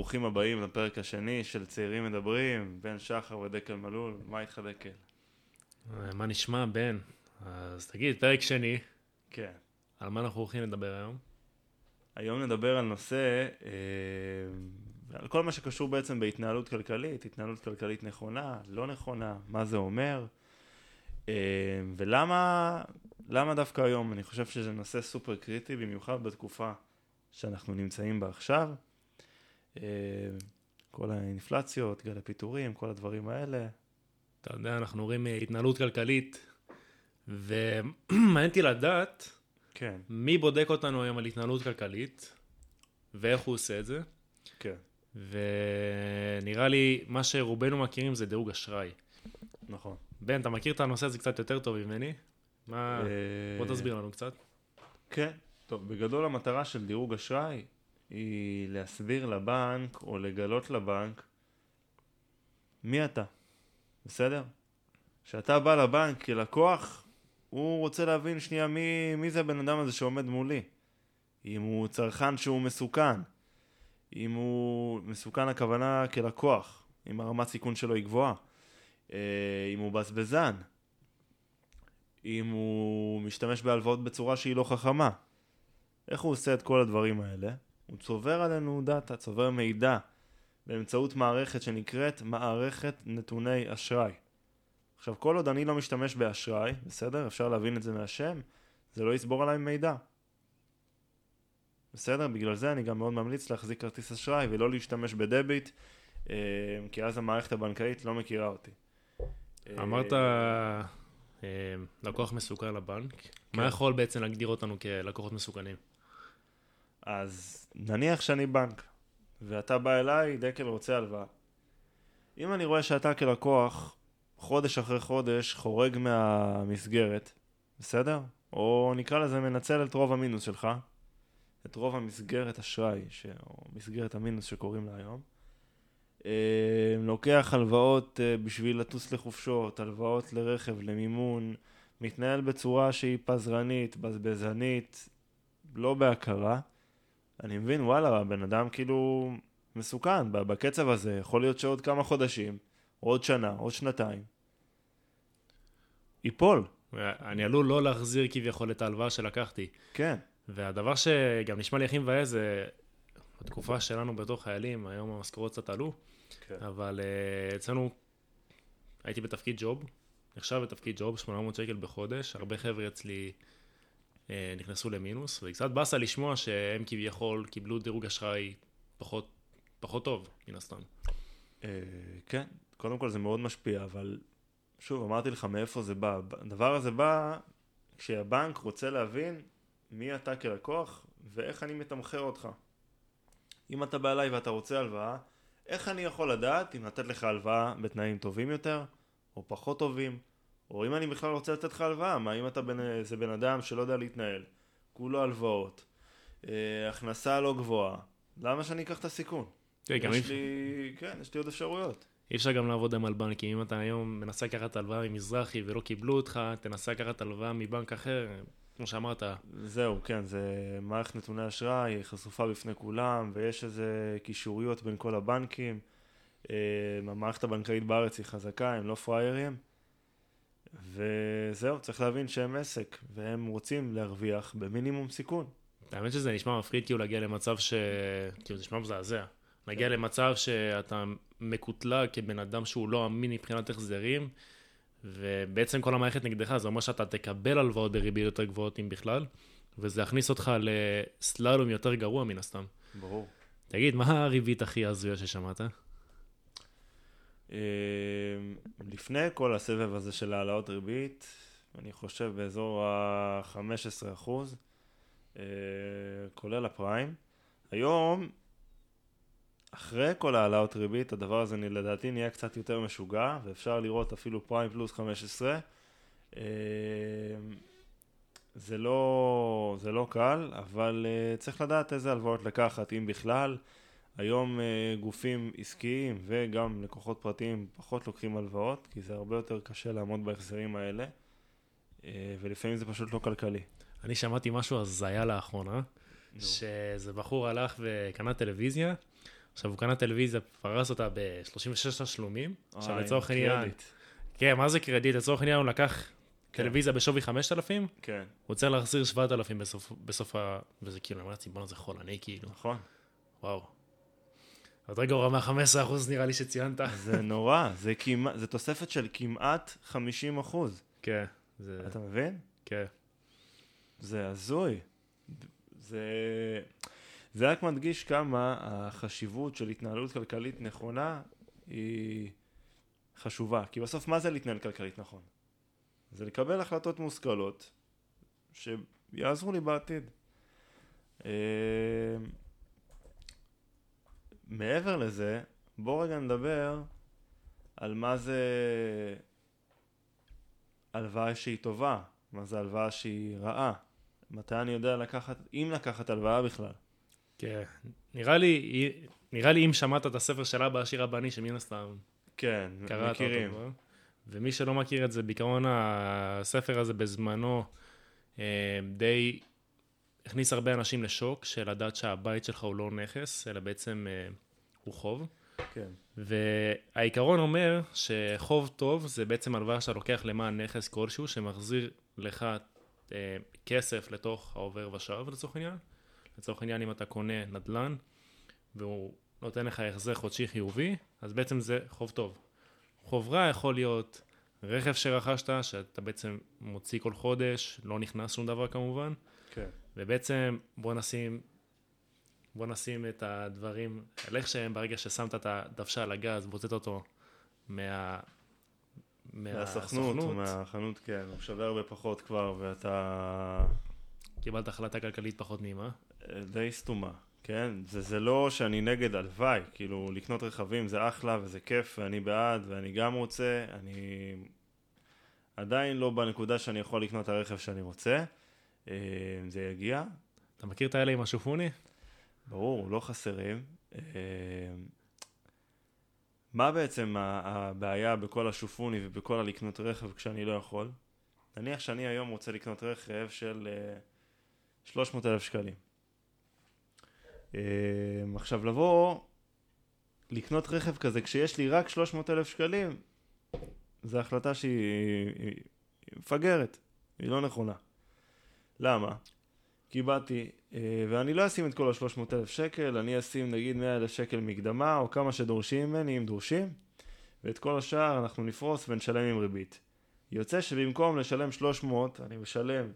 ברוכים הבאים לפרק השני של צעירים מדברים, בן שחר ודקל מלול. מה איתך דקל? מה נשמע, בן? אז תגיד, פרק שני, כן. על מה אנחנו הולכים לדבר היום? היום נדבר על נושא, על כל מה שקשור בעצם בהתנהלות כלכלית, התנהלות כלכלית נכונה, לא נכונה, מה זה אומר, ולמה דווקא היום? אני חושב שזה נושא סופר קריטי, במיוחד בתקופה שאנחנו נמצאים בה עכשיו. כל האינפלציות, גל הפיטורים, כל הדברים האלה. אתה יודע, אנחנו רואים התנהלות כלכלית, ומעניין אותי לדעת כן, מי בודק אותנו היום על התנהלות כלכלית, ואיך הוא עושה את זה, כן, ונראה לי מה שרובנו מכירים זה דירוג אשראי. נכון. בן, אתה מכיר את הנושא הזה קצת יותר טוב ממני? מה? בוא תסביר לנו קצת. כן, טוב, בגדול המטרה של דירוג אשראי היא להסביר לבנק או לגלות לבנק מי אתה, בסדר? כשאתה בא לבנק כלקוח, הוא רוצה להבין שנייה מי זה הבן אדם הזה שעומד מולי. אם הוא צרכן שהוא מסוכן, אם הוא מסוכן הכוונה כלקוח, אם הרמת סיכון שלו היא גבוהה, אם הוא בזבזן, אם הוא משתמש בהלוואות בצורה שהיא לא חכמה. איך הוא עושה את כל הדברים האלה? הוא צובר עלינו דאטה, צובר מידע, באמצעות מערכת שנקראת מערכת נתוני אשראי. עכשיו, כל עוד אני לא משתמש באשראי, בסדר? אפשר להבין את זה מהשם, זה לא יסבור עליי מידע. בסדר? בגלל זה אני גם מאוד ממליץ להחזיק כרטיס אשראי ולא להשתמש בדביט, כי אז המערכת הבנקאית לא מכירה אותי. אמרת לקוח מסוכן לבנק. מה יכול בעצם להגדיר אותנו כלקוחות מסוכנים? אז נניח שאני בנק, ואתה בא אליי, דקל רוצה הלוואה. אם אני רואה שאתה כלקוח, חודש אחרי חודש, חורג מהמסגרת, בסדר? או נקרא לזה מנצל את רוב המינוס שלך, את רוב המסגרת אשראי, או מסגרת המינוס שקוראים לה היום, לוקח הלוואות בשביל לטוס לחופשות, הלוואות לרכב, למימון, מתנהל בצורה שהיא פזרנית, בזבזנית, לא בהכרה. אני מבין, וואלה, הבן אדם כאילו מסוכן, בקצב הזה, יכול להיות שעוד כמה חודשים, עוד שנה, עוד שנתיים, ייפול. אני עלול לא להחזיר כביכול את ההלוואה שלקחתי. כן. והדבר שגם נשמע לי הכי מבאס זה, בתקופה שלנו בתור חיילים, היום המשכורות קצת עלו, כן. אבל אצלנו הייתי בתפקיד ג'וב, נחשב בתפקיד ג'וב, 800 שקל בחודש, הרבה חבר'ה אצלי נכנסו למינוס, וקצת באסה לשמוע שהם כביכול קיבלו דירוג אשראי פחות טוב, מן הסתם. כן, קודם כל זה מאוד משפיע, אבל שוב, אמרתי לך מאיפה זה בא. הדבר הזה בא כשהבנק רוצה להבין מי אתה כלקוח ואיך אני מתמחר אותך. אם אתה בא אליי ואתה רוצה הלוואה, איך אני יכול לדעת אם לתת לך הלוואה בתנאים טובים יותר או פחות טובים, או אם אני בכלל רוצה לתת לך הלוואה, מה אם אתה זה בן אדם שלא יודע להתנהל, כולו הלוואות, הכנסה לא גבוהה, למה שאני אקח את הסיכון? יש לי עוד אפשרויות. אי אפשר גם לעבוד עם על בנקים. אם אתה היום מנסה לקחת הלוואה ממזרחי ולא קיבלו אותך, תנסה לקחת הלוואה מבנק אחר, כמו שאמרת. זהו, כן, זה מערכת נתוני אשראי, היא חשופה בפני כולם, ויש איזה קישוריות בין כל הבנקים. המערכת הבנקאית בארץ היא חזקה, הם לא פריירים. וזהו, צריך להבין שהם עסק, והם רוצים להרוויח במינימום סיכון. האמת שזה נשמע מפחיד כאילו להגיע למצב כאילו זה נשמע מזעזע. להגיע למצב שאתה מקוטלג כבן אדם שהוא לא אמין מבחינת החזרים, ובעצם כל המערכת נגדך, זה אומר שאתה תקבל הלוואות בריבית יותר גבוהות אם בכלל, וזה יכניס אותך לסללום יותר גרוע מן הסתם. ברור. תגיד, מה הריבית הכי הזויה ששמעת? לפני כל הסבב הזה של העלאות ריבית, אני חושב באזור ה-15%, כולל הפריים. היום, אחרי כל העלאות ריבית, הדבר הזה לדעתי נהיה קצת יותר משוגע, ואפשר לראות אפילו פריים פלוס 15. זה לא קל, אבל צריך לדעת איזה הלוואות לקחת, אם בכלל. היום גופים עסקיים וגם לקוחות פרטיים פחות לוקחים הלוואות, כי זה הרבה יותר קשה לעמוד בהחזרים האלה, ולפעמים זה פשוט לא כלכלי. אני שמעתי משהו הזיה לאחרונה, שזה בחור הלך וקנה טלוויזיה, עכשיו, הוא קנה טלוויזיה, פרס אותה ב-36 תשלומים. עכשיו, לצורך עם העניין... קרדיט. כן, מה זה קרדיט? לצורך העניין הוא לקח כן. טלוויזיה בשווי 5,000, כן, הוא צריך להחזיר 7,000 בסוף ה... וזה כאילו, אני אומר לעצמי, בוא'נה, זה חולני, כאילו. נכון. וואו. עוד רגע הוא רמה 15% נראה לי שציינת. זה נורא, זה תוספת של כמעט 50%. כן, זה... אתה מבין? כן. זה הזוי. זה רק מדגיש כמה החשיבות של התנהלות כלכלית נכונה היא חשובה. כי בסוף מה זה להתנהל כלכלית נכון? זה לקבל החלטות מושכלות שיעזרו לי בעתיד. מעבר לזה, בוא רגע נדבר על מה זה הלוואה שהיא טובה, מה זה הלוואה שהיא רעה. מתי אני יודע אם לקחת הלוואה בכלל. כן. נראה לי אם שמעת את הספר של אבא עשיר אבא עני, שמן הסתם כן, קראת מכירים. אותו. ומי שלא מכיר את זה, בעיקרון הספר הזה בזמנו די הכניס הרבה אנשים לשוק, של לדעת שהבית שלך הוא לא נכס, אלא בעצם הוא חוב. כן. והעיקרון אומר שחוב טוב זה בעצם הלוואה שאתה לוקח למען נכס כלשהו, שמחזיר לך כסף לתוך העובר ושב לצורך עניין. לצורך עניין אם אתה קונה נדל"ן, והוא נותן לך החזר חודשי חיובי, אז בעצם זה חוב טוב. חוב רע יכול להיות רכב שרכשת, שאתה בעצם מוציא כל חודש, לא נכנס שום דבר כמובן. כן. ובעצם בוא נשים את הדברים, על איך שהם ברגע ששמת את הדוושה על הגז, והוצאת אותו מהסוכנות או מהחנות, כן, הוא שווה הרבה פחות כבר, ואתה... קיבלת החלטה כלכלית פחות נעימה. די סתומה, כן? זה לא שאני נגד הלוואי, כאילו לקנות רכבים זה אחלה וזה כיף, ואני בעד, ואני גם רוצה, אני עדיין לא בנקודה שאני יכול לקנות את הרכב שאני רוצה, זה יגיע. אתה מכיר את האלה עם השופוני? ברור, לא חסרים. מה בעצם הבעיה בכל השופוני ובכל הלקנות רכב כשאני לא יכול? נניח שאני היום רוצה לקנות רכב של 300,000 שקלים. עכשיו לבוא, לקנות רכב כזה כשיש לי רק 300,000 שקלים, זו החלטה שהיא מפגרת, היא לא נכונה. למה? כי באתי, ואני לא אשים את כל ה-300,000 שקל, אני אשים נגיד 100,000 שקל מקדמה, או כמה שדורשים ממני, אם דורשים, ואת כל השאר אנחנו נפרוס ונשלם עם ריבית. יוצא שבמקום לשלם 300, אני משלם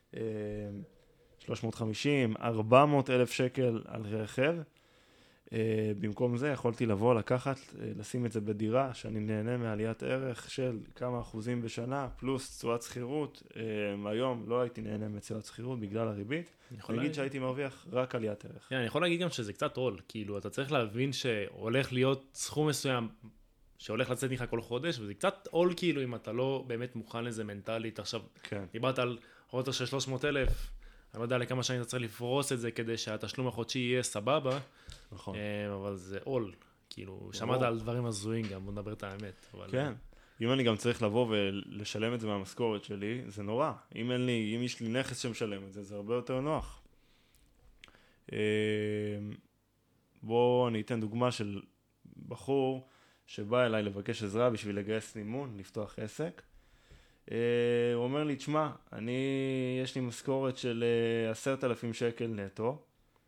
350, 400,000 שקל על רכב. במקום זה יכולתי לבוא, לקחת, לשים את זה בדירה, שאני נהנה מעליית ערך של כמה אחוזים בשנה, פלוס תשואת שכירות. היום לא הייתי נהנה מתשואת שכירות בגלל הריבית. אני אגיד שהייתי מרוויח רק עליית ערך. אני יכול להגיד גם שזה קצת עול, כאילו אתה צריך להבין שהולך להיות סכום מסוים שהולך לצאת לך כל חודש, וזה קצת עול כאילו אם אתה לא באמת מוכן לזה מנטלית. עכשיו, כן. דיברת על אוטו של 300,000, אני לא יודע לכמה שנים אתה צריך לפרוס את זה כדי שהתשלום החודשי יהיה סבבה, נכון. אבל זה עול, כאילו, שמעת על דברים הזויים גם, בוא נדבר את האמת. כן. אם אני גם צריך לבוא ולשלם את זה מהמשכורת שלי, זה נורא. אם יש לי נכס שמשלם את זה, זה הרבה יותר נוח. בוא אני אתן דוגמה של בחור שבא אליי לבקש עזרה בשביל לגייס מימון, לפתוח עסק. הוא אומר לי, תשמע, יש לי משכורת של 10,000 שקל נטו,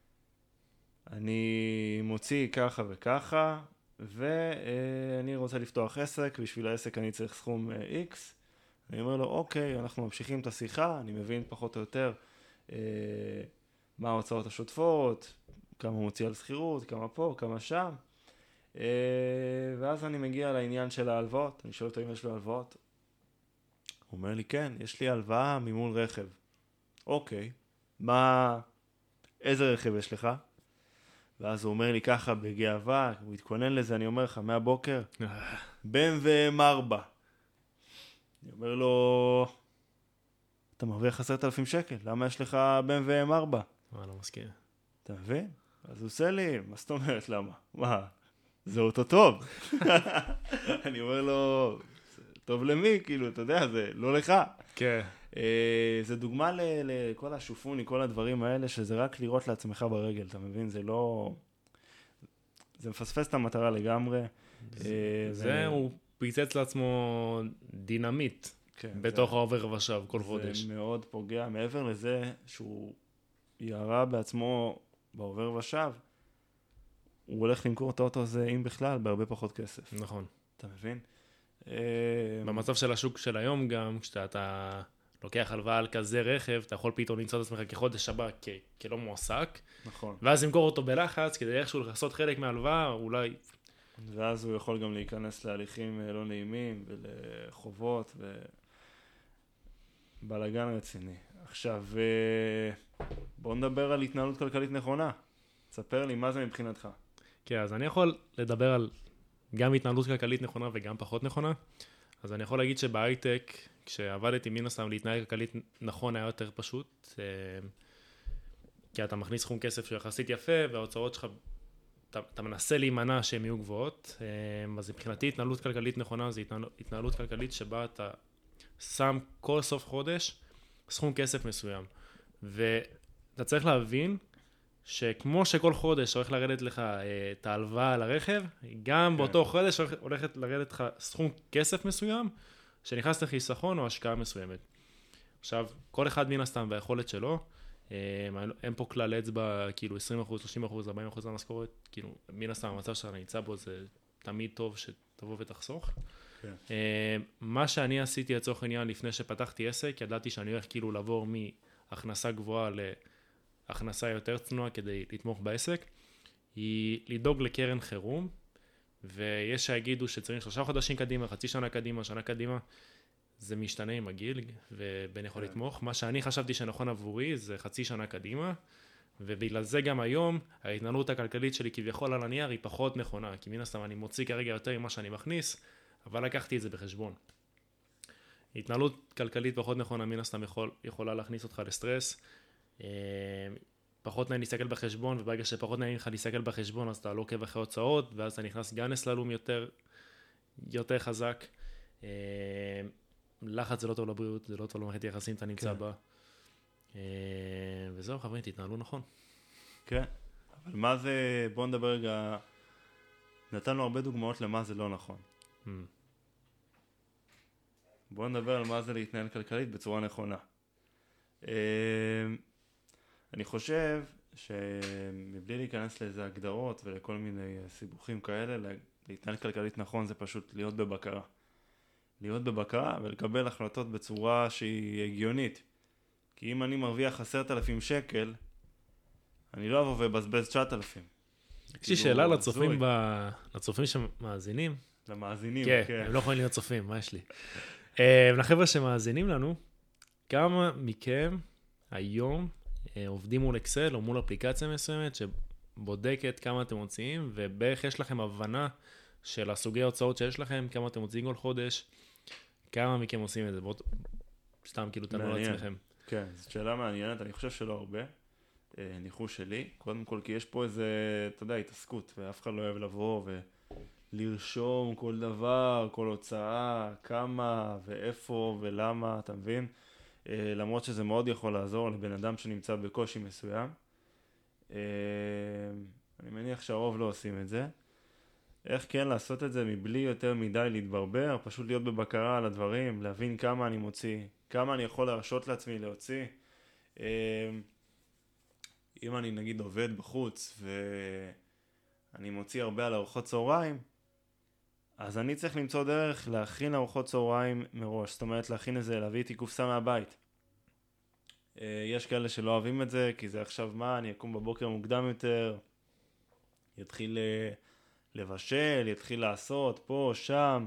אני מוציא ככה וככה, ואני רוצה לפתוח עסק, בשביל העסק אני צריך סכום X. אני אומר לו, אוקיי, אנחנו ממשיכים את השיחה, אני מבין פחות או יותר מה ההוצאות השוטפות, כמה הוא מוציא על שכירות, כמה פה, כמה שם. ואז אני מגיע לעניין של ההלוואות, אני שואל אותו אם יש לו הלוואות. הוא אומר לי, כן, יש לי הלוואה ממול רכב. אוקיי, איזה רכב יש לך? ואז הוא אומר לי ככה בגאווה, הוא התכונן לזה, אני אומר לך, מהבוקר, BMW M4. אני אומר לו, אתה מרוויח 10,000 שקל, למה יש לך BMW M4? לא מסכים. אתה מבין? אז הוא עושה לי, מה זאת אומרת, למה? מה? זה אוטו טוב. אני אומר לו, טוב למי? כאילו, אתה יודע, זה לא לך. כן. זה דוגמה לכל השופוני, כל הדברים האלה, שזה רק לראות לעצמך ברגל, אתה מבין? זה לא... זה מפספס את המטרה לגמרי. הוא פיצץ לעצמו דינמיט בתוך העובר ושב כל חודש. זה מאוד פוגע, מעבר לזה שהוא ירה בעצמו בעובר ושב, הוא הולך למכור את האוטו הזה, אם בכלל, בהרבה פחות כסף. נכון. אתה מבין? במצב של השוק של היום גם, כשאתה לוקח הלוואה על כזה רכב, אתה יכול פתאום למצוא את עצמך כחודש הבא כלא מועסק. נכון. ואז למכור אותו בלחץ, כדי איכשהו לעשות חלק מההלוואה, אולי... ואז הוא יכול גם להיכנס להליכים לא נעימים ולחובות ובלגן רציני. עכשיו, בואו נדבר על התנהלות כלכלית נכונה. תספר לי מה זה מבחינתך. כן, אז אני יכול לדבר על גם התנהלות כלכלית נכונה וגם פחות נכונה. אז אני יכול להגיד שבהייטק, כשעבדתי מן הסתם להתנהל כלכלית נכון היה יותר פשוט, כי אתה מכניס סכום כסף שיחסית יפה, וההוצאות שלך, אתה מנסה להימנע שהן יהיו גבוהות. אז מבחינתי התנהלות כלכלית נכונה זה התנהלות כלכלית שבה אתה שם כל סוף חודש סכום כסף מסוים. ואתה צריך להבין שכמו שכל חודש הולך לרדת לך את ההלוואה על הרכב, גם באותו חודש הולכת לרדת לך סכום כסף מסוים, שנכנס לחיסכון או השקעה מסוימת. עכשיו, כל אחד מן הסתם והיכולת שלו, אין פה כלל אצבע, כאילו 20%, 30%, 40% מהמשכורת, כאילו מן הסתם המצב שאתה נמצא בו זה תמיד טוב שתבוא ותחסוך. מה שאני עשיתי לצורך עניין לפני שפתחתי עסק, ידעתי שאני הולך כאילו לעבור מהכנסה גבוהה להכנסה יותר צנועה כדי לתמוך בעסק, היא לדאוג לקרן חירום, ויש שיגידו שצריך 3 חודשים קדימה, חצי שנה קדימה, שנה קדימה, זה משתנה עם הגיל, ובין יכול לתמוך. מה שאני חשבתי שנכון עבורי זה חצי שנה קדימה, ובגלל זה גם היום ההתנהלות הכלכלית שלי כביכול על הנייר היא פחות נכונה, כי מן הסתם אני מוציא כרגע יותר ממה שאני מכניס, אבל לקחתי את זה בחשבון. התנהלות כלכלית פחות נכונה מן הסתם יכולה להכניס אותך לסטרס, פחות נעים להסתכל בחשבון, וברגע שפחות נעים לך להסתכל בחשבון, אז אתה לא עוקב אחרי הוצאות, ואז אתה נכנס גם לסללום יותר חזק. לחץ זה לא טוב לבריאות, זה לא טוב למערכת יחסים, אתה נמצא בה. וזהו חברים, תתנהלו נכון. כן, אבל מה זה, בוא נדבר רגע, נתנו הרבה דוגמאות למה זה לא נכון. בוא נדבר על מה זה להתנהל כלכלית בצורה נכונה. אני חושב שמבלי להיכנס לאיזה הגדרות ולכל מיני סיבוכים כאלה, להתנהל כלכלית נכון זה פשוט להיות בבקרה. להיות בבקרה ולקבל החלטות בצורה שהיא הגיונית. כי אם אני מרוויח 10,000 שקל, אני לא אבוא ובזבז 9,000. יש לי שאלה לצופים שמאזינים. למאזינים, כן. הם לא יכולים להיות צופים, מה יש לי? לחבר'ה שמאזינים לנו, כמה מכם היום עובדים מול אקסל או מול אפליקציה מסוימת שבודקת כמה אתם מוציאים, ובערך יש לכם הבנה של הסוגי ההוצאות שיש לכם, כמה אתם מוציאים כל חודש, כמה מכם עושים את זה, סתם כאילו תנו לעצמכם. כן, זו שאלה מעניינת, אני חושב שלא הרבה, ניחוש שלי, קודם כל כי יש פה איזה, אתה יודע, התעסקות, ואף אחד לא אוהב לבוא ולרשום כל דבר, כל הוצאה, כמה ואיפה ולמה, אתה מבין? למרות שזה מאוד יכול לעזור לבן אדם שנמצא בקושי מסוים. אני מניח שהרוב לא עושים את זה. איך כן לעשות את זה מבלי יותר מדי להתברבר, פשוט להיות בבקרה על הדברים, להבין כמה אני מוציא, כמה אני יכול להרשות לעצמי להוציא. אם אני נגיד עובד בחוץ ואני מוציא הרבה על ארוחות צהריים, אז אני צריך למצוא דרך להכין ארוחות צהריים מראש, זאת אומרת להכין את זה, להביא איתי קופסה מהבית. יש כאלה שלא אוהבים את זה, כי זה עכשיו מה, אני אקום בבוקר מוקדם יותר, יתחיל לבשל, יתחיל לעשות פה, שם.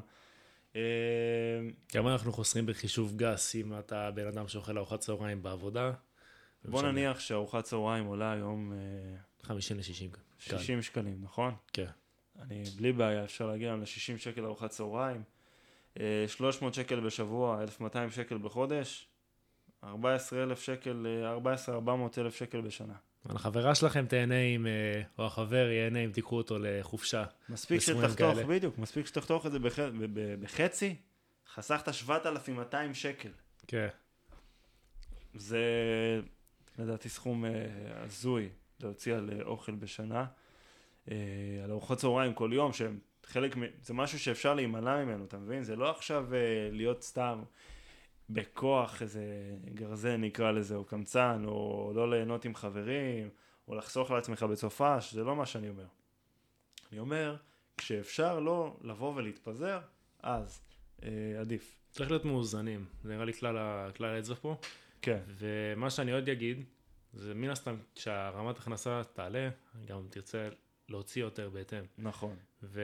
כמה אנחנו חוסרים בחישוב גס אם אתה בן אדם שאוכל ארוחת צהריים בעבודה? בוא נניח שארוחת צהריים עולה היום 50 ל-60. 60 שקלים, נכון? כן. אני בלי בעיה, אפשר להגיע ל-60 שקל ארוחת צהריים, 300 שקל בשבוע, 1,200 שקל בחודש, 14,000 שקל, 14,400 שקל בשנה. החברה שלכם תהנה עם, או החבר יהנה אם תיקחו אותו לחופשה. מספיק שתחתוך, בדיוק, מספיק שתחתוך את זה בחצי, חסכת 7,200 שקל. כן. זה, לדעתי, סכום הזוי להוציא על אוכל בשנה. על ארוחות צהריים כל יום, זה משהו שאפשר להימנע ממנו, אתה מבין? זה לא עכשיו להיות סתם בכוח, איזה גרזן נקרא לזה, או קמצן, או לא ליהנות עם חברים, או לחסוך לעצמך בסופש, זה לא מה שאני אומר. אני אומר, כשאפשר לא לבוא ולהתפזר, אז עדיף. צריך להיות מאוזנים, זה נראה לי כלל האצבע פה. כן. ומה שאני עוד אגיד, זה מן הסתם כשהרמת הכנסה תעלה, גם תרצה להוציא יותר בהתאם. נכון.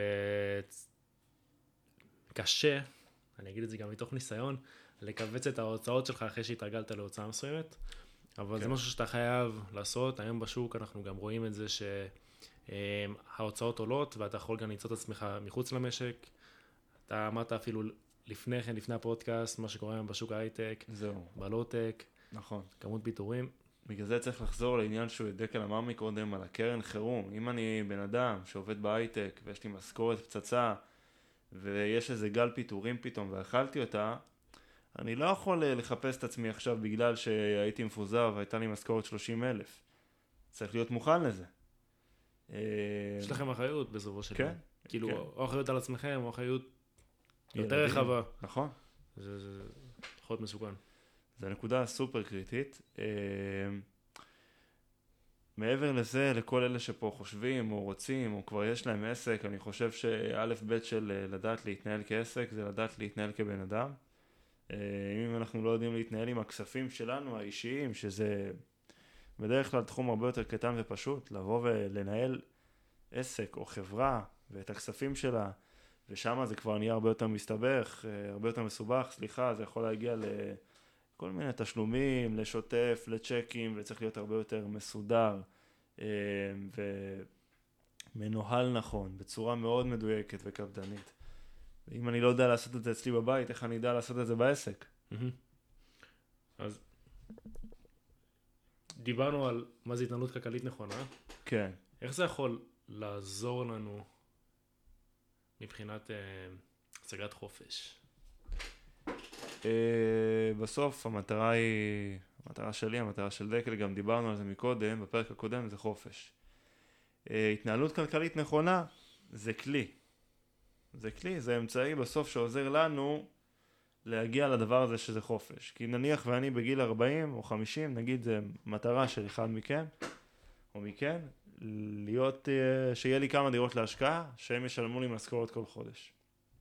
וקשה, אני אגיד את זה גם מתוך ניסיון, לקבץ את ההוצאות שלך אחרי שהתרגלת להוצאה מסוימת, אבל כן. זה משהו שאתה חייב לעשות. היום בשוק אנחנו גם רואים את זה שההוצאות עולות, ואתה יכול גם למצוא את עצמך מחוץ למשק. אתה אמרת אפילו לפני כן, לפני הפודקאסט, מה שקורה היום בשוק ההייטק, זהו. בלוטק, נכון. כמות פיטורים. בגלל זה צריך לחזור לעניין שהוא דקל אמר מקודם על הקרן חירום. אם אני בן אדם שעובד בהייטק ויש לי משכורת פצצה ויש איזה גל פיטורים פתאום ואכלתי אותה, אני לא יכול לחפש את עצמי עכשיו בגלל שהייתי מפוזר והייתה לי משכורת 30,000. צריך להיות מוכן לזה. יש לכם אחריות בסופו של כן. דבר. כאילו, כן. או אחריות על עצמכם, או אחריות יותר ילדים. רחבה. נכון. זה יכול להיות מסוכן. זו נקודה סופר קריטית. מעבר לזה, לכל אלה שפה חושבים או רוצים או כבר יש להם עסק, אני חושב שא' ב' של לדעת להתנהל כעסק זה לדעת להתנהל כבן אדם. אם אנחנו לא יודעים להתנהל עם הכספים שלנו האישיים, שזה בדרך כלל תחום הרבה יותר קטן ופשוט, לבוא ולנהל עסק או חברה ואת הכספים שלה, ושם זה כבר נהיה הרבה יותר מסתבך, הרבה יותר מסובך, סליחה, זה יכול להגיע לכל מיני תשלומים, לשוטף, לצ'קים, וצריך להיות הרבה יותר מסודר ומנוהל נכון, בצורה מאוד מדויקת וקפדנית. אם אני לא יודע לעשות את זה אצלי בבית, איך אני יודע לעשות את זה בעסק? אז דיברנו על מה זה התנהלות כלכלית נכונה. כן. איך זה יכול לעזור לנו מבחינת השגת חופש? בסוף המטרה היא, המטרה שלי, המטרה של דקל, גם דיברנו על זה מקודם, בפרק הקודם, זה חופש. התנהלות כלכלית נכונה זה כלי. זה כלי, זה אמצעי בסוף שעוזר לנו להגיע לדבר הזה שזה חופש. כי נניח ואני בגיל 40 או 50, נגיד זה מטרה של אחד מכם או מכן, להיות, שיהיה לי כמה דירות להשקעה, שהם ישלמו לי משכורת כל חודש.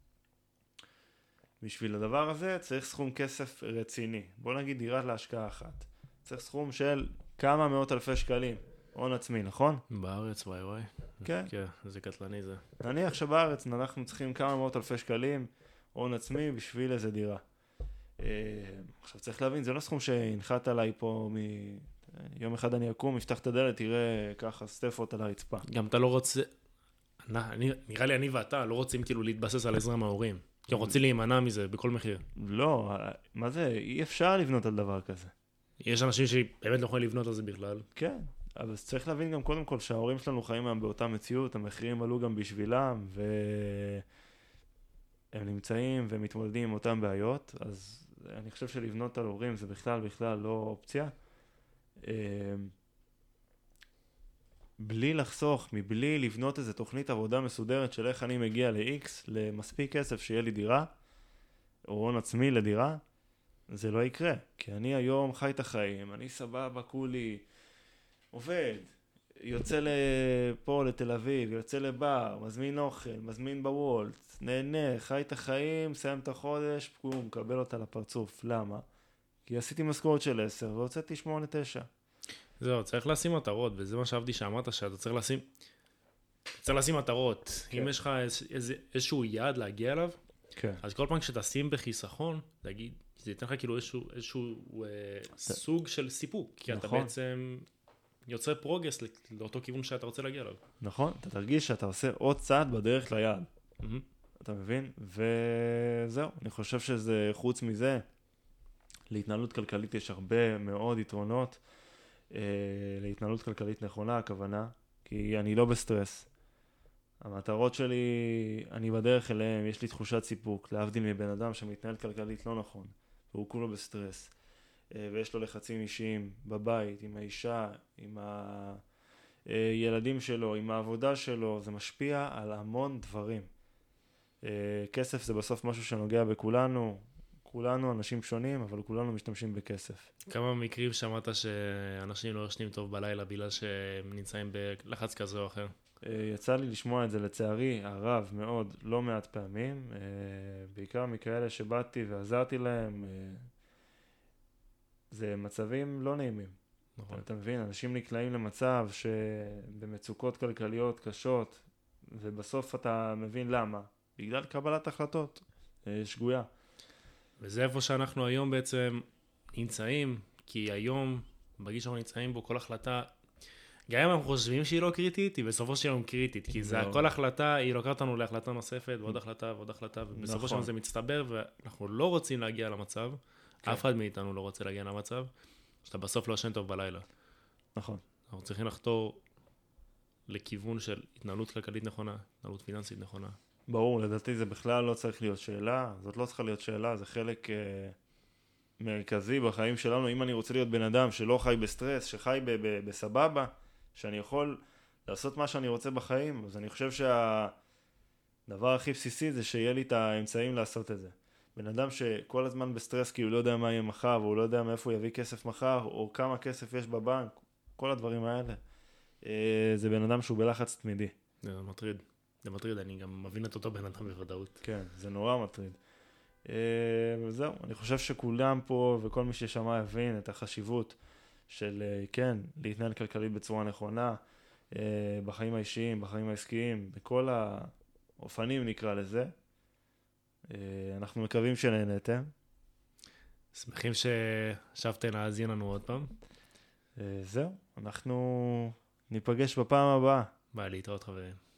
בשביל הדבר הזה צריך סכום כסף רציני. בוא נגיד דירת להשקעה אחת. צריך סכום של כמה מאות אלפי שקלים. הון עצמי, נכון? בארץ, וואי. כן. כן, זה קטלני זה. נניח שבארץ אנחנו צריכים כמה מאות אלפי שקלים הון עצמי בשביל איזה דירה. עכשיו צריך להבין, זה לא סכום שהנחת עליי פה יום אחד אני אקום, יפתח את הדלת, תראה ככה סטפות על הרצפה. גם אתה לא רוצה, נראה לי אני ואתה לא רוצים כאילו להתבסס על עזרה מההורים. כי רוצים להימנע מזה בכל מחיר. לא, מה זה? אי אפשר לבנות על דבר כזה. יש אנשים שבאמת לא יכולים לבנות על זה בכלל. כן, אבל צריך להבין גם קודם כל שההורים שלנו חיים היום באותה מציאות, המחירים עלו גם בשבילם, והם נמצאים ומתמודדים עם אותם בעיות, אז אני חושב שלבנות על הורים זה בכלל לא אופציה. בלי לחסוך, מבלי לבנות איזו תוכנית עבודה מסודרת של איך אני מגיע ל-X, למספיק כסף שיהיה לי דירה, או הון עצמי לדירה, זה לא יקרה. כי אני היום חי את החיים, אני סבבה, כולי, עובד, יוצא לפה לתל אביב, יוצא לבר, מזמין אוכל, מזמין בוולט, נהנה, חי את החיים, סיים את החודש, פקום, מקבל אותה לפרצוף. למה? כי עשיתי משכורת של 10 והוצאתי 8-9. זהו, צריך לשים מטרות, וזה מה שאהבתי שאמרת, שאתה צריך לשים מטרות. כן. אם יש לך איזשהו יעד להגיע אליו, כן. אז כל פעם כשתשים בחיסכון, להגיד, זה ייתן לך כאילו איזשהו סוג של סיפוק, כי אתה נכון. בעצם יוצר פרוגרס לאותו כיוון שאתה רוצה להגיע אליו. נכון, אתה תרגיש שאתה עושה עוד צעד בדרך ליעד. אתה מבין? וזהו, אני חושב שזה חוץ מזה, להתנהלות כלכלית יש הרבה מאוד יתרונות, להתנהלות כלכלית נכונה, הכוונה, כי אני לא בסטרס. המטרות שלי, אני בדרך אליהם, יש לי תחושת סיפוק, להבדיל מבן אדם שמתנהל כלכלית לא נכון, והוא כולו בסטרס, ויש לו לחצים אישיים בבית, עם האישה, ילדים שלו, עם העבודה שלו, זה משפיע על המון דברים. כסף זה בסוף משהו שנוגע בכולנו, כולנו אנשים שונים, אבל כולנו משתמשים בכסף. כמה מקרים שמעת שאנשים לא ישנים טוב בלילה בגלל שהם נמצאים בלחץ כזה או אחר? יצא לי לשמוע את זה לצערי הרב מאוד, לא מעט פעמים, בעיקר מכאלה שבאתי ועזרתי להם, זה מצבים לא נעימים. נכון. אתה מבין, אנשים נקלעים למצב שבמצוקות כלכליות קשות, ובסוף אתה מבין למה. בגלל קבלת החלטות שגויה. וזה איפה שאנחנו היום בעצם נמצאים, כי היום, בגיל שאנחנו נמצאים בו, כל החלטה, גם אם אנחנו חושבים שהיא לא קריטית, היא בסופו של יום קריטית, כי זה, כל החלטה, היא לוקחת אותנו להחלטה נוספת, ועוד החלטה ועוד החלטה, ובסופו של יום זה מצטבר, ואנחנו לא רוצים להגיע למצב, אף אחד מאיתנו לא רוצה להגיע למצב, שאתה בסוף לא ישן טוב בלילה. נכון. אנחנו צריכים לחתור לכיוון של התנהלות כלכלית נכונה, התנהלות פיננסית נכונה. ברור, לדעתי זה בכלל לא צריך להיות שאלה, זאת לא צריכה להיות שאלה, זה חלק מרכזי בחיים שלנו. אם אני רוצה להיות בן אדם שלא חי בסטרס, שחי בסבבה, שאני יכול לעשות מה שאני רוצה בחיים, אז אני חושב שהדבר הכי בסיסי זה שיהיה לי את האמצעים לעשות את זה. בן אדם שכל הזמן בסטרס כי הוא לא יודע מה יהיה מחר, והוא לא יודע מאיפה הוא יביא כסף מחר, או כמה כסף יש בבנק, כל הדברים האלה, זה בן אדם שהוא בלחץ תמידי. זה מטריד. זה מטריד, אני גם מבין את אותו בן אדם בוודאות. כן, זה נורא מטריד. וזהו, אני חושב שכולם פה וכל מי ששמע הבין את החשיבות של, כן, להתנהל כלכלית בצורה נכונה, בחיים האישיים, בחיים העסקיים, בכל האופנים נקרא לזה. אנחנו מקווים שנהנתם. שמחים ששבתם להאזין לנו עוד פעם. זהו, אנחנו ניפגש בפעם הבאה. ביי, להתראות חברים.